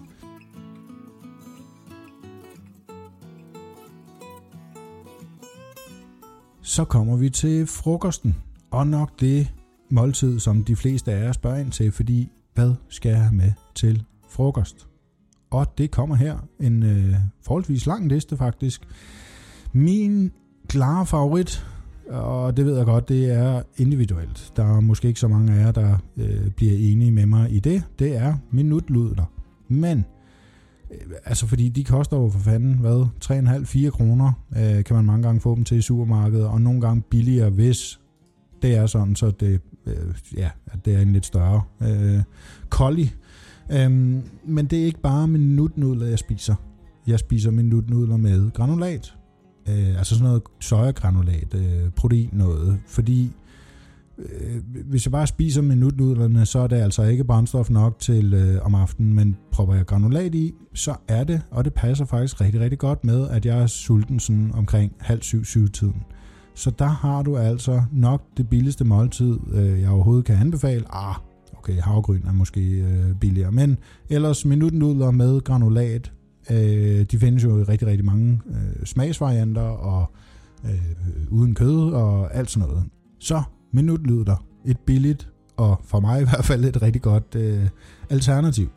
Så kommer vi til frokosten, og nok det måltid, som de fleste af jer spørger ind til, fordi hvad skal jeg have med til frokost? Og det kommer her, en øh, forholdsvis lang liste faktisk. Min klare favorit, og det ved jeg godt, det er individuelt. Der er måske ikke så mange af jer, der øh, bliver enige med mig i det. Det er minutludler. Men, øh, altså fordi de koster jo for fanden, hvad, tre komma fem til fire kroner, øh, kan man mange gange få dem til i supermarkedet, og nogle gange billigere, hvis det er sådan, så det, øh, ja, det er en lidt større øh, kolli. Øhm, men det er ikke bare minutnudler, jeg spiser. Jeg spiser minutnudler med granulat. Øh, altså sådan noget sojagranulat, øh, protein noget. Fordi øh, hvis jeg bare spiser minutnudlerne, så er det altså ikke brændstof nok til øh, om aftenen, men propper jeg granulat i, så er det, og det passer faktisk rigtig, rigtig godt med, at jeg er sulten sådan omkring halv syv, syv tiden. Så der har du altså nok det billigste måltid, øh, jeg overhovedet kan anbefale. Ah, okay, havregryn er måske øh, billigere, men ellers minutnudler med granulat, øh, de findes jo i rigtig, rigtig mange øh, smagsvarianter, og øh, uden kød og alt sådan noget. Så minutnudler, et billigt, og for mig i hvert fald et rigtig godt øh, alternativ.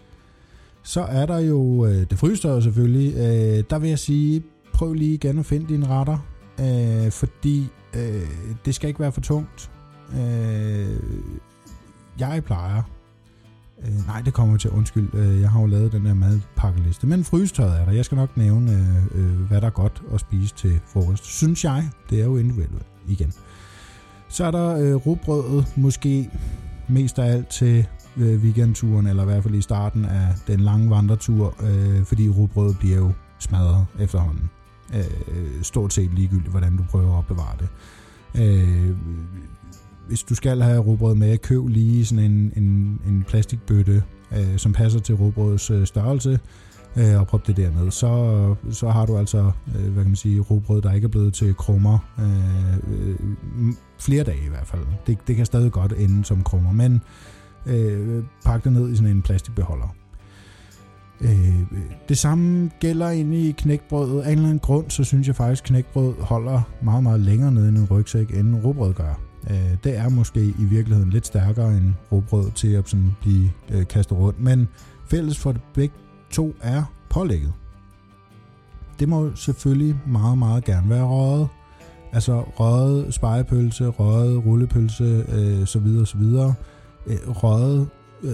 Så er der jo øh, det frystørrede selvfølgelig. Øh, der vil jeg sige, prøv lige igen at finde dine retter, øh, fordi øh, det skal ikke være for tungt. Øh, jeg plejer, øh, nej det kommer til undskyld, øh, jeg har jo lavet den der madpakkeliste, men frystørret er der. Jeg skal nok nævne, øh, hvad der er godt at spise til frokost, synes jeg. Det er jo individuelt igen. Så er der øh, rugbrødet, måske mest af alt til øh, weekendturen, eller i hvert fald i starten af den lange vandretur, øh, fordi rugbrødet bliver jo smadret efterhånden. Øh, stort set ligegyldigt, hvordan du prøver at bevare det. Øh, hvis du skal have rugbrød med, køb lige sådan en, en, en plastikbøtte, øh, som passer til rugbrødets øh, størrelse, øh, og prop det derned. Så, så har du altså, øh, hvad kan man sige, rugbrød, der ikke er blevet til krummer, øh, øh, flere dage i hvert fald. Det, det kan stadig godt ende som krummer, men øh, pak det ned i sådan en plastikbeholder. Øh, det samme gælder egentlig i knækbrødet. Af en eller anden grund, så synes jeg faktisk, at knækbrød holder meget, meget længere nede i en rygsæk, end rugbrød gør. Øh, det er måske i virkeligheden lidt stærkere end rugbrød til at sådan blive øh, kastet rundt, men fælles for det begge to er pålægget. Det må selvfølgelig meget, meget gerne være røget. Altså røget spegepølse, røget rullepølse, øh, så videre, så videre. Øh, røget øh,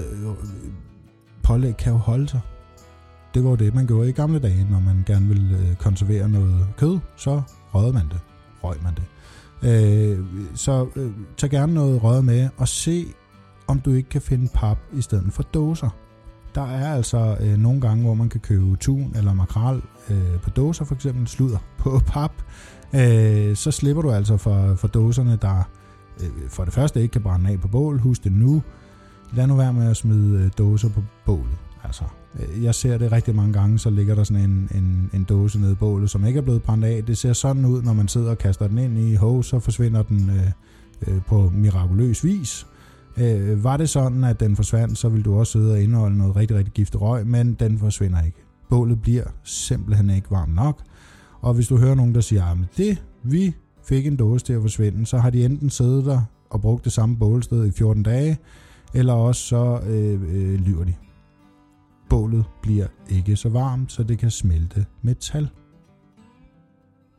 pålæg kan jo holde sig. Det var det, man gjorde i gamle dage, når man gerne ville øh, konservere noget kød, så røgede man det, røg man det. Øh, så øh, tag gerne noget røget med, og se, om du ikke kan finde pap i stedet for dåser. Der er altså øh, nogle gange, hvor man kan købe tun eller makrel øh, på dåser, for eksempel sludder på pap. Øh, så slipper du altså for, for dåserne, der øh, for det første ikke kan brænde af på bål. Husk det nu. Lad nu være med at smide øh, dåser på bålet. Altså, øh, jeg ser det rigtig mange gange, så ligger der sådan en, en, en dåse nede i bålet, som ikke er blevet brændt af. Det ser sådan ud, når man sidder og kaster den ind i hov, så forsvinder den øh, øh, på mirakuløs vis. Øh, var det sådan, at den forsvandt, så vil du også sidde og indeholde noget rigtig, rigtig giftig røg, men den forsvinder ikke. Bålet bliver simpelthen ikke varmt nok. Og hvis du hører nogen, der siger, at det, vi fik en dåse til at forsvinde, så har de enten siddet der og brugt det samme bålsted i fjorten dage, eller også så øh, øh, lyver de. Bålet bliver ikke så varmt, så det kan smelte metal.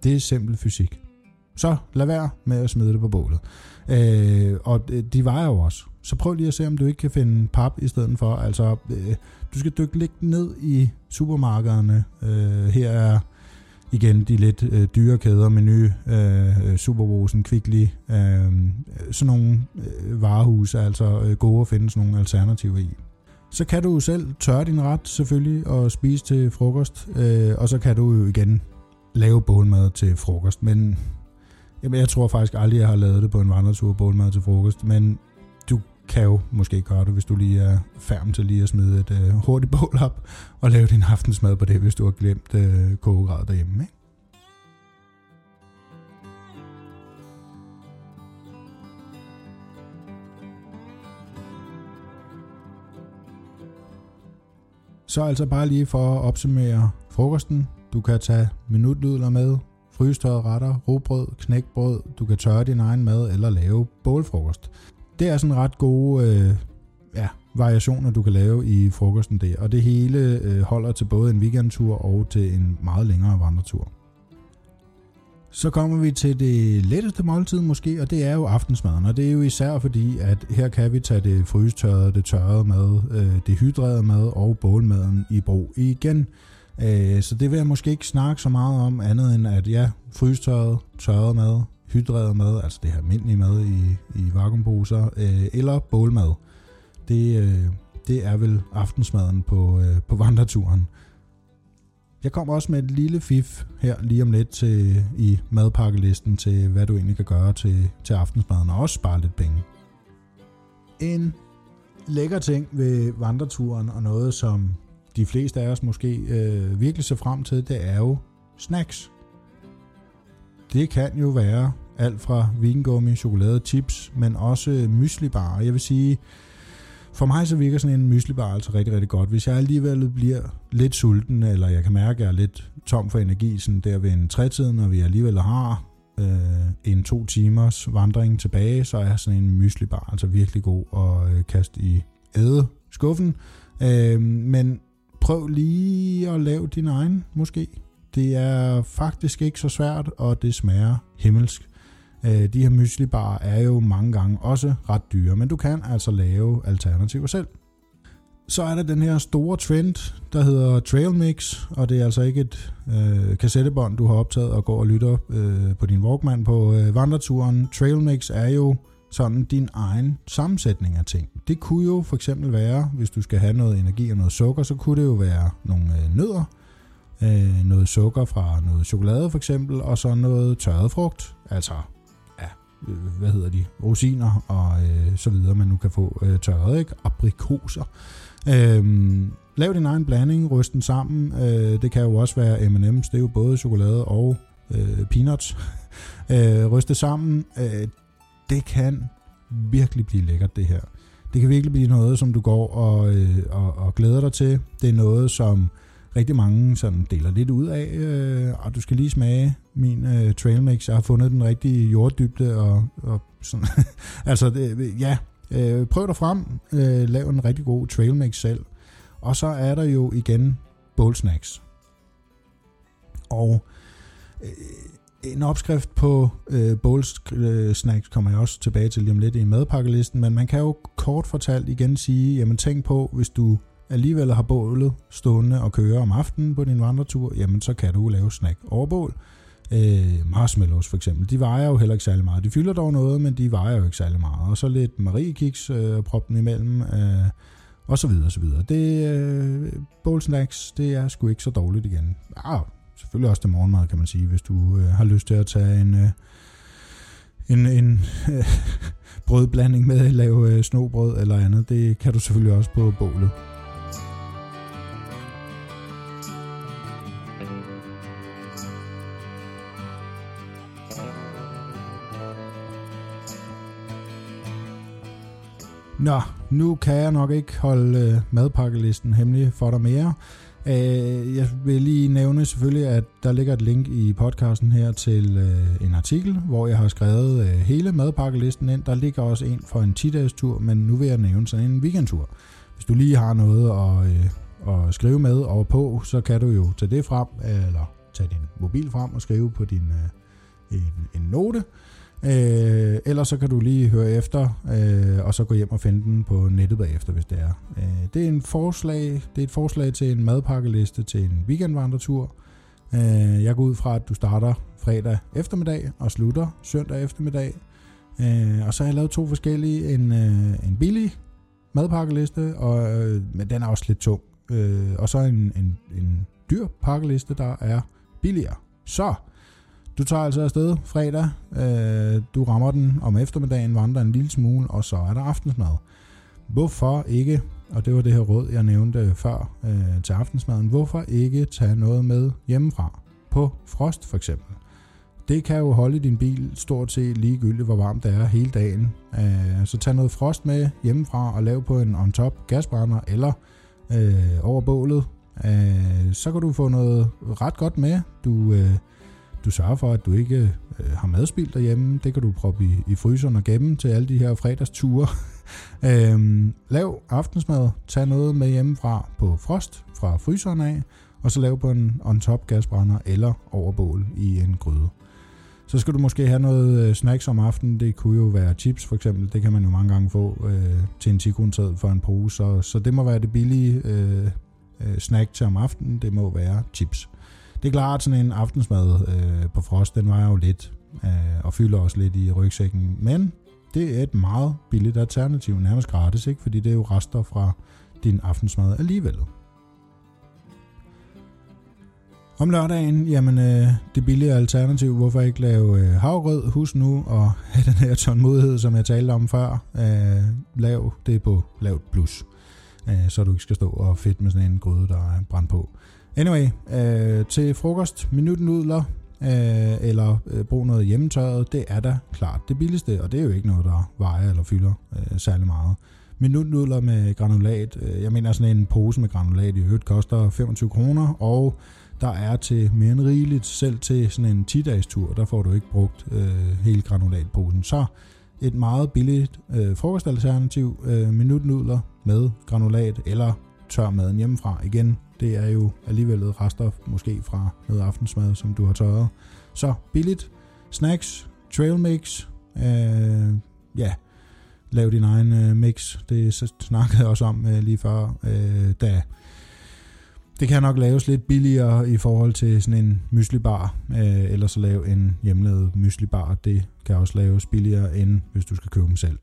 Det er simpel fysik. Så lad være med at smide det på bålet. Øh, og de vejer jo også. Så prøv lige at se, om du ikke kan finde pap i stedet for. Altså, øh, du skal dykke lidt ned i supermarkederne. Øh, her er igen de lidt øh, dyre kæder, Menu, øh, Superbrugsen, Kvickly. Øh, sådan nogle øh, varehuse er altså øh, gode at finde sådan nogle alternativer i. Så kan du selv tørre din ret selvfølgelig og spise til frokost. Øh, og så kan du jo igen lave bålmad til frokost. Men jamen, jeg tror faktisk aldrig, jeg har lavet det på en vandretur, bålmad til frokost. Men du kan jo måske gøre det, hvis du lige er færm til lige at smide et øh, hurtigt bål op og lave din aftensmad på det, hvis du har glemt øh, kogegrad derhjemme, ikke? Så altså bare lige for at opsummere frokosten. Du kan tage minutnudler med, frystørrede retter, rugbrød, knækbrød. Du kan tørre din egen mad eller lave bålfrokost. Det er sådan ret gode øh, ja, variationer, du kan lave i frokosten der. Og det hele øh, holder til både en weekendtur og til en meget længere vandretur. Så kommer vi til det letteste måltid måske, og det er jo aftensmaden. Og det er jo især fordi, at her kan vi tage det frystørrede, det tørrede mad, øh, det hydrerede mad og bålmaden i brug igen. Øh, så det vil jeg måske ikke snakke så meget om andet end, at ja, frystørret, tørret mad, hydreret mad, altså det her almindelige mad i, i vakuumposer, øh, eller bålmad. Det, øh, det er vel aftensmaden på, øh, på vandreturen. Jeg kommer også med et lille fif her lige om lidt til, i madpakkelisten til, hvad du egentlig kan gøre til, til aftensmaden, og også spare lidt penge. En lækker ting ved vandreturen, og noget som de fleste af os måske øh, virkelig ser frem til, det er jo snacks. Det kan jo være alt fra vingummi, chokolade, chips, men også myslibar. Jeg vil sige, for mig så virker sådan en myslibar altså rigtig, rigtig godt. Hvis jeg alligevel bliver lidt sulten, eller jeg kan mærke, at jeg er lidt tom for energi, sådan der ved en trætid, når vi alligevel har øh, en to timers vandring tilbage, så er sådan en myslibar altså virkelig god at øh, kaste i ædeskuffen. Øh, men prøv lige at lave din egen, måske. Det er faktisk ikke så svært, og det smager himmelsk. De her myslibarer er jo mange gange også ret dyre, men du kan altså lave alternativer selv. Så er der den her store trend, der hedder Trail Mix, og det er altså ikke et øh, kassettebånd, du har optaget og går og lytter øh, på din Walkman på øh, vandreturen. Trail Mix er jo sådan din egen sammensætning af ting. Det kunne jo for eksempel være, hvis du skal have noget energi og noget sukker, så kunne det jo være nogle øh, nødder, øh, noget sukker fra noget chokolade for eksempel, og så noget tørret frugt, altså hvad hedder de, rosiner og øh, så videre, man nu kan få øh, tørret, ikke? Aprikoser. Øhm, lav din egen blanding, ryst den sammen. Øh, det kan jo også være M and M's, det er jo både chokolade og øh, peanuts. øh, ryst det sammen. Øh, det kan virkelig blive lækkert, det her. Det kan virkelig blive noget, som du går og, øh, og, og glæder dig til. Det er noget, som rigtig mange sådan deler lidt ud af, øh, og du skal lige smage min øh, trail mix. Jeg har fundet den rigtige jorddybde, og, og sådan. altså, det, ja, øh, prøv dig frem, øh, lav en rigtig god trail mix selv. Og så er der jo igen bowl snacks. Og øh, en opskrift på øh, bowl snacks kommer jeg også tilbage til lige om lidt i madpakkelisten, men man kan jo kort fortalt igen sige, jamen tænk på, hvis du alligevel har bålet stående og køre om aftenen på din vandretur, jamen så kan du lave snack over bål. Øh, marshmallows for eksempel, de vejer jo heller ikke særlig meget. De fylder dog noget, men de vejer jo ikke særlig meget. Og så lidt Marie-kiks øh, proppen imellem, øh, og så videre, så videre. Det øh, bowl snacks, det er sgu ikke så dårligt igen. Ah, selvfølgelig også til morgenmad, kan man sige, hvis du øh, har lyst til at tage en øh, en, en øh, brødblanding med at lave øh, snobrød eller andet. Det kan du selvfølgelig også på bålet. Nå, nu kan jeg nok ikke holde øh, madpakkelisten hemmelig for dig mere. Øh, jeg vil lige nævne selvfølgelig, at der ligger et link i podcasten her til øh, en artikel, hvor jeg har skrevet øh, hele madpakkelisten ind. Der ligger også en for en ti-dages tur, men nu vil jeg nævne sådan en weekendtur. Hvis du lige har noget at, øh, at skrive med og på, så kan du jo tage det frem, eller tage din mobil frem og skrive på din øh, en, en note. Øh, eller så kan du lige høre efter, øh, og så gå hjem og finde den på nettet bagefter, hvis det er. Øh, det er en forslag, det er et forslag til en madpakkeliste til en weekendvandretur. Øh, jeg går ud fra, at du starter fredag eftermiddag og slutter søndag eftermiddag. Øh, og så har jeg lavet to forskellige. En, øh, en billig madpakkeliste, og, øh, men den er også lidt tung. Øh, og så en, en, en dyr pakkeliste, der er billigere. Så du tager altså afsted fredag, øh, du rammer den om eftermiddagen, vandrer en lille smule, og så er der aftensmad. Hvorfor ikke, og det var det her råd, jeg nævnte før øh, til aftensmaden, hvorfor ikke tage noget med hjemmefra? På frost for eksempel. Det kan jo holde din bil stort set ligegyldigt, hvor varmt det er hele dagen. Øh, så tag noget frost med hjemmefra og lav på en on-top gasbrænder eller øh, over bålet. Øh, så kan du få noget ret godt med. Du... Øh, Du sørger for, at du ikke øh, har madspild derhjemme. Det kan du proppe i, i fryseren og gemme til alle de her fredagsture. øhm, lav aftensmad. Tag noget med hjemmefra på frost fra fryseren af, og så lav på en on-top gasbrænder eller over bål i en gryde. Så skal du måske have noget øh, snacks om aftenen. Det kunne jo være chips for eksempel. Det kan man jo mange gange få øh, til en tikroneseddel for en pose. Så, så det må være det billige øh, øh, snack til om aftenen. Det må være chips. Det er klart, sådan en aftensmad øh, på frost, den vejer jo lidt øh, og fylder også lidt i rygsækken. Men det er et meget billigt alternativ, nærmest gratis, ikke? Fordi det er jo rester fra din aftensmad alligevel. Om lørdagen, jamen øh, det billige alternativ, hvorfor ikke lave øh, havregrød? Husk nu at have den her tålmodighed, som jeg talte om før. Øh, lav det på lavt plus, øh, så du ikke skal stå og fedt med sådan en gryde, der er brændt på. Anyway, øh, til frokost, minutnudler, øh, eller øh, brug noget hjemmetørret, det er da klart det billigste, og det er jo ikke noget, der vejer eller fylder øh, særlig meget. Minutnudler med granulat, øh, jeg mener sådan en pose med granulat i øvrigt koster femogtyve kroner, og der er til mere end rigeligt, selv til sådan en ti-dages tur, der får du ikke brugt øh, hele granulatposen. Så et meget billigt øh, frokostalternativ, øh, minutnudler med granulat eller tør maden hjemmefra. Igen, det er jo alligevel rester måske fra noget aftensmad, som du har tørret. Så billigt, snacks, trail mix, øh, ja, lav din egen øh, mix. Det snakkede jeg også om øh, lige før, øh, da det kan nok laves lidt billigere i forhold til sådan en myslibar, øh, eller så lave en hjemmelavet myslibar. Det kan også laves billigere, end hvis du skal købe dem selv.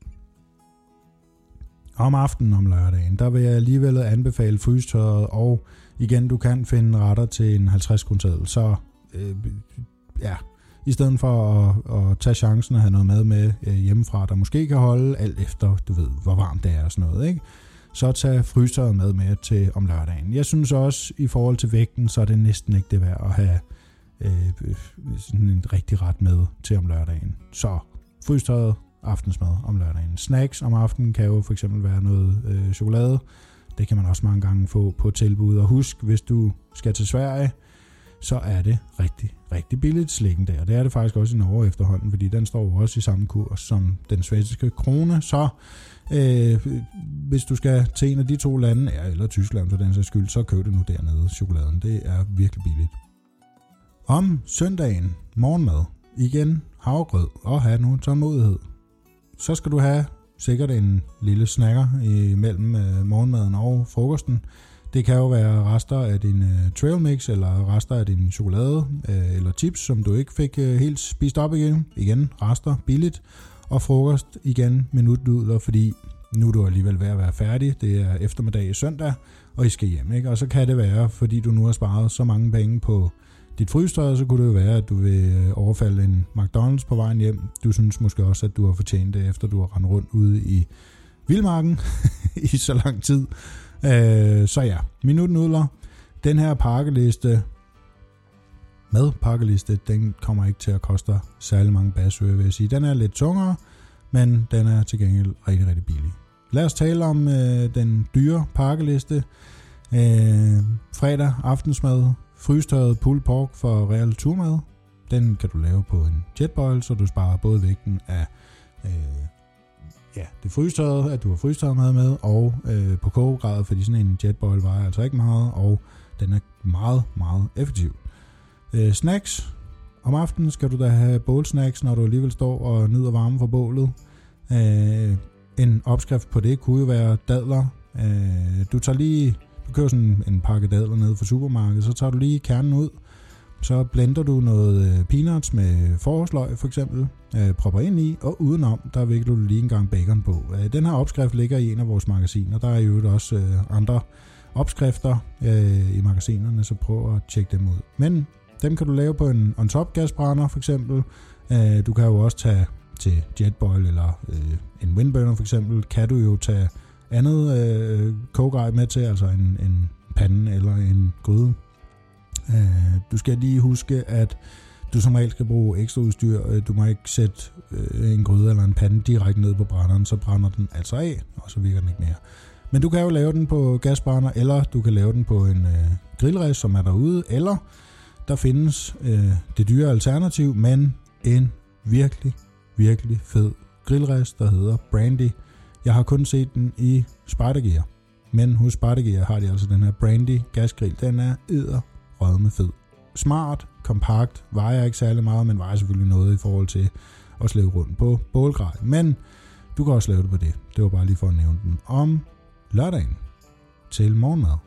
Om aftenen om lørdagen, der vil jeg alligevel anbefale frystørret, og igen, du kan finde retter til en halvtreds kroner seddel. Så øh, ja, i stedet for at, at tage chancen og have noget mad med øh, hjemmefra, der måske kan holde, alt efter, du ved, hvor varmt det er og sådan noget, ikke? Så tag frystørret mad med til om lørdagen. Jeg synes også, i forhold til vægten, så er det næsten ikke det værd at have øh, sådan en rigtig ret med til om lørdagen. Så frystørret aftensmad om lørdagen. Snacks om aftenen kan jo for eksempel være noget øh, chokolade. Det kan man også mange gange få på tilbud. Og husk, hvis du skal til Sverige, så er det rigtig, rigtig billigt slikken der. Det er det faktisk også i Norge efterhånden, fordi den står jo også i samme kurs som den svenske krone. Så øh, hvis du skal til en af de to lande, eller Tyskland for den sags skyld, så køb det nu dernede, chokoladen. Det er virkelig billigt. Om søndagen, morgenmad, igen havregrød og have nu tålmodighed. Så skal du have sikkert en lille snacker imellem øh, morgenmaden og frokosten. Det kan jo være rester af din øh, trail mix, eller rester af din chokolade, øh, eller chips, som du ikke fik øh, helt spist op igen. Igen, rester, billigt. Og frokost, igen, minutnudler, fordi nu er du alligevel ved at være færdig. Det er eftermiddag i søndag, og I skal hjem, ikke? Og så kan det være, fordi du nu har sparet så mange penge på dit frystøj, så kunne det jo være, at du vil overfalde en McDonald's på vejen hjem. Du synes måske også, at du har fortjent det, efter du har rendt rundt ude i vildmarken i så lang tid. Øh, så ja, minutnudler. Den her pakkeliste, madpakkeliste, den kommer ikke til at koste særlig mange basører, vil jeg sige. Den er lidt tungere, men den er til gengæld rigtig, rigtig billig. Lad os tale om øh, den dyre pakkeliste. Øh, fredag aftensmad, frystørret pulled pork for Real Turmad. Den kan du lave på en jetboil, så du sparer både vægten af øh, ja, det frystørrede, at du har frystørret mad med, og øh, på kogegrad, fordi sådan en jetboil vejer altså ikke meget, og den er meget, meget effektiv. Øh, snacks. Om aftenen skal du da have bålsnacks, når du alligevel står og nyder varme fra bålet. Øh, en opskrift på det kunne jo være dadler. Øh, du tager lige, du køber sådan en pakke dadler nede fra supermarkedet, så tager du lige kernen ud. Så blender du noget peanuts med forårsløg for eksempel, øh, propper ind i, og udenom, der vikler du lige en gang bacon på. Øh, den her opskrift ligger i en af vores magasiner. Der er jo også øh, andre opskrifter øh, i magasinerne, så prøv at tjekke dem ud. Men dem kan du lave på en on-top gasbrænder for eksempel. Øh, du kan jo også tage til jetboil eller øh, en windburner for eksempel, kan du jo tage andet øh, kogegrej med til, altså en, en pande eller en gryde. Øh, du skal lige huske, at du som regel skal bruge ekstra udstyr. Du må ikke sætte øh, en gryde eller en pande direkte ned på brænderen, så brænder den altså af, og så virker den ikke mere. Men du kan jo lave den på gasbrænder, eller du kan lave den på en øh, grillrest, som er derude, eller der findes øh, det dyre alternativ, men en virkelig, virkelig fed grillrest, der hedder Brandy. Jeg har kun set den i Spider-Gear, men hos Spider-Gear har de altså den her Brandy gasgrill. Den er edderrødme fed. Smart, kompakt, vejer ikke særlig meget, men vejer selvfølgelig noget i forhold til at slæve rundt på bålgrej. Men du kan også lave det på det. Det var bare lige for at nævne den. Om lørdagen til morgenmad,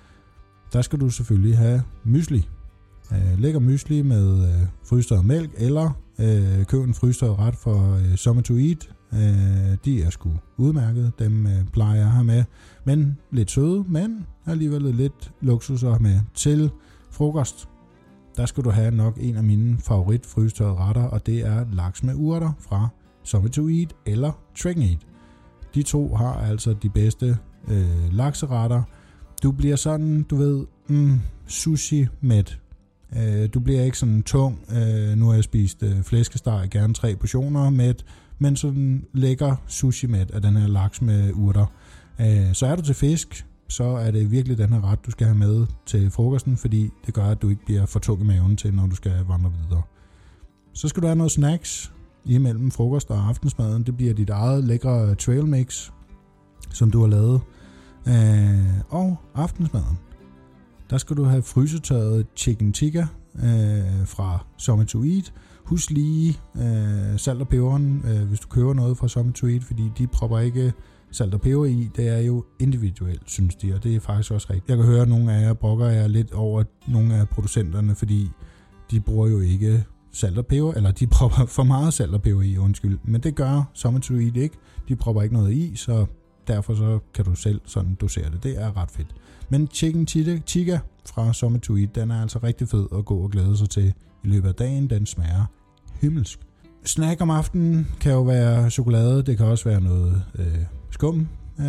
der skal du selvfølgelig have mysli. Øh, lækker mysli med øh, frystørret mælk, eller øh, køb en frystørret ret for øh, Summer to Eat. Øh, de er sgu udmærket, dem øh, plejer jeg at have med. Men lidt søde, men alligevel lidt luksus at have med. Til frokost, der skal du have nok en af mine favorit frystørrede retter, og det er laks med urter fra Summer to Eat eller Trek and Eat. De to har altså de bedste øh, lakseretter. Du bliver sådan, du ved, mm, sushi-mæt. Øh, du bliver ikke sådan tung. Øh, nu har jeg spist øh, flæskesteg, gerne tre portioner mæt, men sådan lækker sushi-mæt af den her laks med urter. Øh, så er du til fisk, så er det virkelig den her ret, du skal have med til frokosten, fordi det gør, at du ikke bliver for tung i maven til, når du skal vandre videre. Så skal du have noget snacks imellem frokost og aftensmaden. Det bliver dit eget lækre trail mix, som du har lavet. Øh, og aftensmaden, der skal du have frysetørret chicken tikka øh, fra Summer to Eat. Husk lige øh, salt og peberen, øh, hvis du køber noget fra Summer to Eat, fordi de propper ikke salt og peber i. Det er jo individuelt, synes de, og det er faktisk også rigtigt. Jeg kan høre, at nogle af jer brokker jer lidt over nogle af producenterne, fordi de bruger jo ikke salt og peber, eller de propper for meget salt og peber i, undskyld. Men det gør Summer to Eat ikke. De propper ikke noget i, så derfor så kan du selv sådan dosere det. Det er ret fedt. Men chicken tikka fra Summer to Eat, den er altså rigtig fed at gå og glæde sig til i løbet af dagen. Den smager himmelsk. Snack om aftenen kan jo være chokolade, det kan også være noget øh, skum. Øh,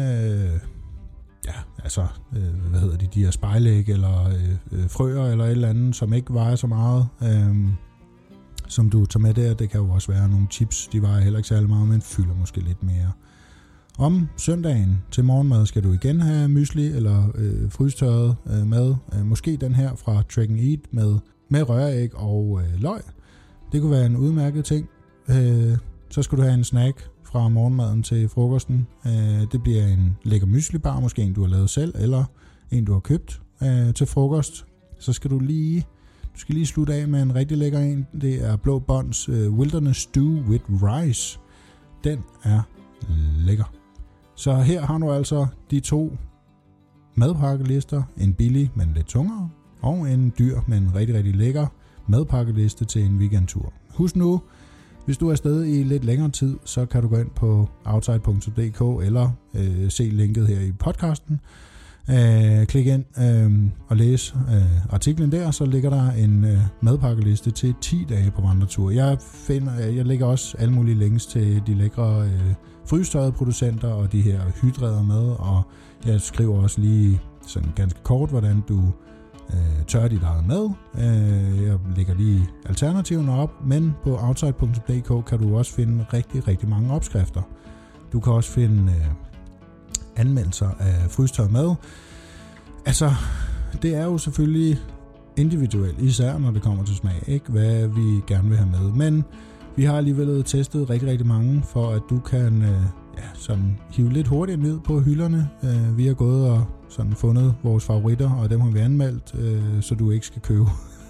ja, altså, øh, hvad hedder de, de her spejlæg eller øh, frøer eller et eller andet, som ikke vejer så meget, øh, som du tager med der. Det kan jo også være nogle chips, de vejer heller ikke særlig meget, men fylder måske lidt mere. Om søndagen til morgenmad skal du igen have mysli eller øh, frystørret øh, mad. Øh, måske den her fra Trek and Eat med, med røræg og øh, løg. Det kunne være en udmærket ting. Øh, så skal du have en snack fra morgenmaden til frokosten. Øh, det bliver en lækker myslibar, måske en du har lavet selv, eller en du har købt øh, til frokost. Så skal du lige, du skal lige slutte af med en rigtig lækker en. Det er Blå Bonds øh, Wilderness Stew with Rice. Den er lækker. Så her har du altså de to madpakkelister. En billig, men lidt tungere, og en dyr, men rigtig, rigtig lækker madpakkeliste til en weekendtur. Husk nu, hvis du er afsted i lidt længere tid, så kan du gå ind på outside punktum d k eller øh, se linket her i podcasten. Øh, klik ind øh, og læs øh, artiklen der, så ligger der en øh, madpakkeliste til ti dage på vandretur. Jeg finder, jeg lægger også alle mulige links til de lækre øh, frystørrede producenter og de her hydrerede mad, og jeg skriver også lige sådan ganske kort, hvordan du øh, tørrer dit eget mad. Øh, jeg lægger lige alternativerne op, men på outside punktum d k kan du også finde rigtig, rigtig mange opskrifter. Du kan også finde øh, anmeldelser af frystørret mad. Altså, det er jo selvfølgelig individuelt, især når det kommer til smag, ikke? Hvad vi gerne vil have med. Men vi har alligevel testet rigtig, rigtig mange, for at du kan øh, ja, sådan hive lidt hurtigt ned på hylderne. Øh, vi har gået og sådan fundet vores favoritter, og dem har vi anmeldt, øh, så du ikke skal købe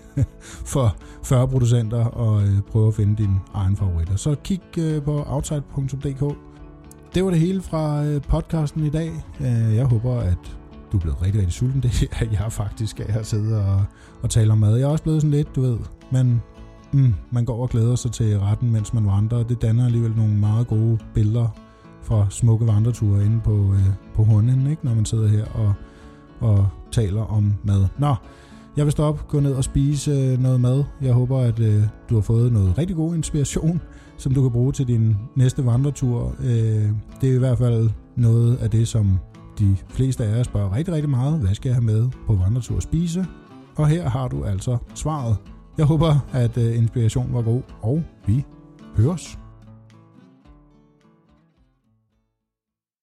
for fyrre producenter og øh, prøve at finde dine egne favoritter. Så kig øh, på outside punktum d k. Det var det hele fra øh, podcasten i dag. Øh, jeg håber, at du er blevet rigtig, rigtig sulten. Det er jeg faktisk af at sidde og, og tale om mad. Jeg er også blevet sådan lidt, du ved, men mm, man går og glæder sig til retten, mens man vandrer. Det danner alligevel nogle meget gode billeder fra smukke vandreture inde på, øh, på hunden, ikke? Når man sidder her og, og taler om mad. Nå, jeg vil stoppe, gå ned og spise øh, noget mad. Jeg håber, at øh, du har fået noget rigtig god inspiration, som du kan bruge til din næste vandretur. Øh, det er i hvert fald noget af det, som de fleste af jer spørger rigtig, rigtig meget. Hvad skal jeg have med på vandretur at spise? Og her har du altså svaret. Jeg håber, at øh, inspirationen var god, og vi høres.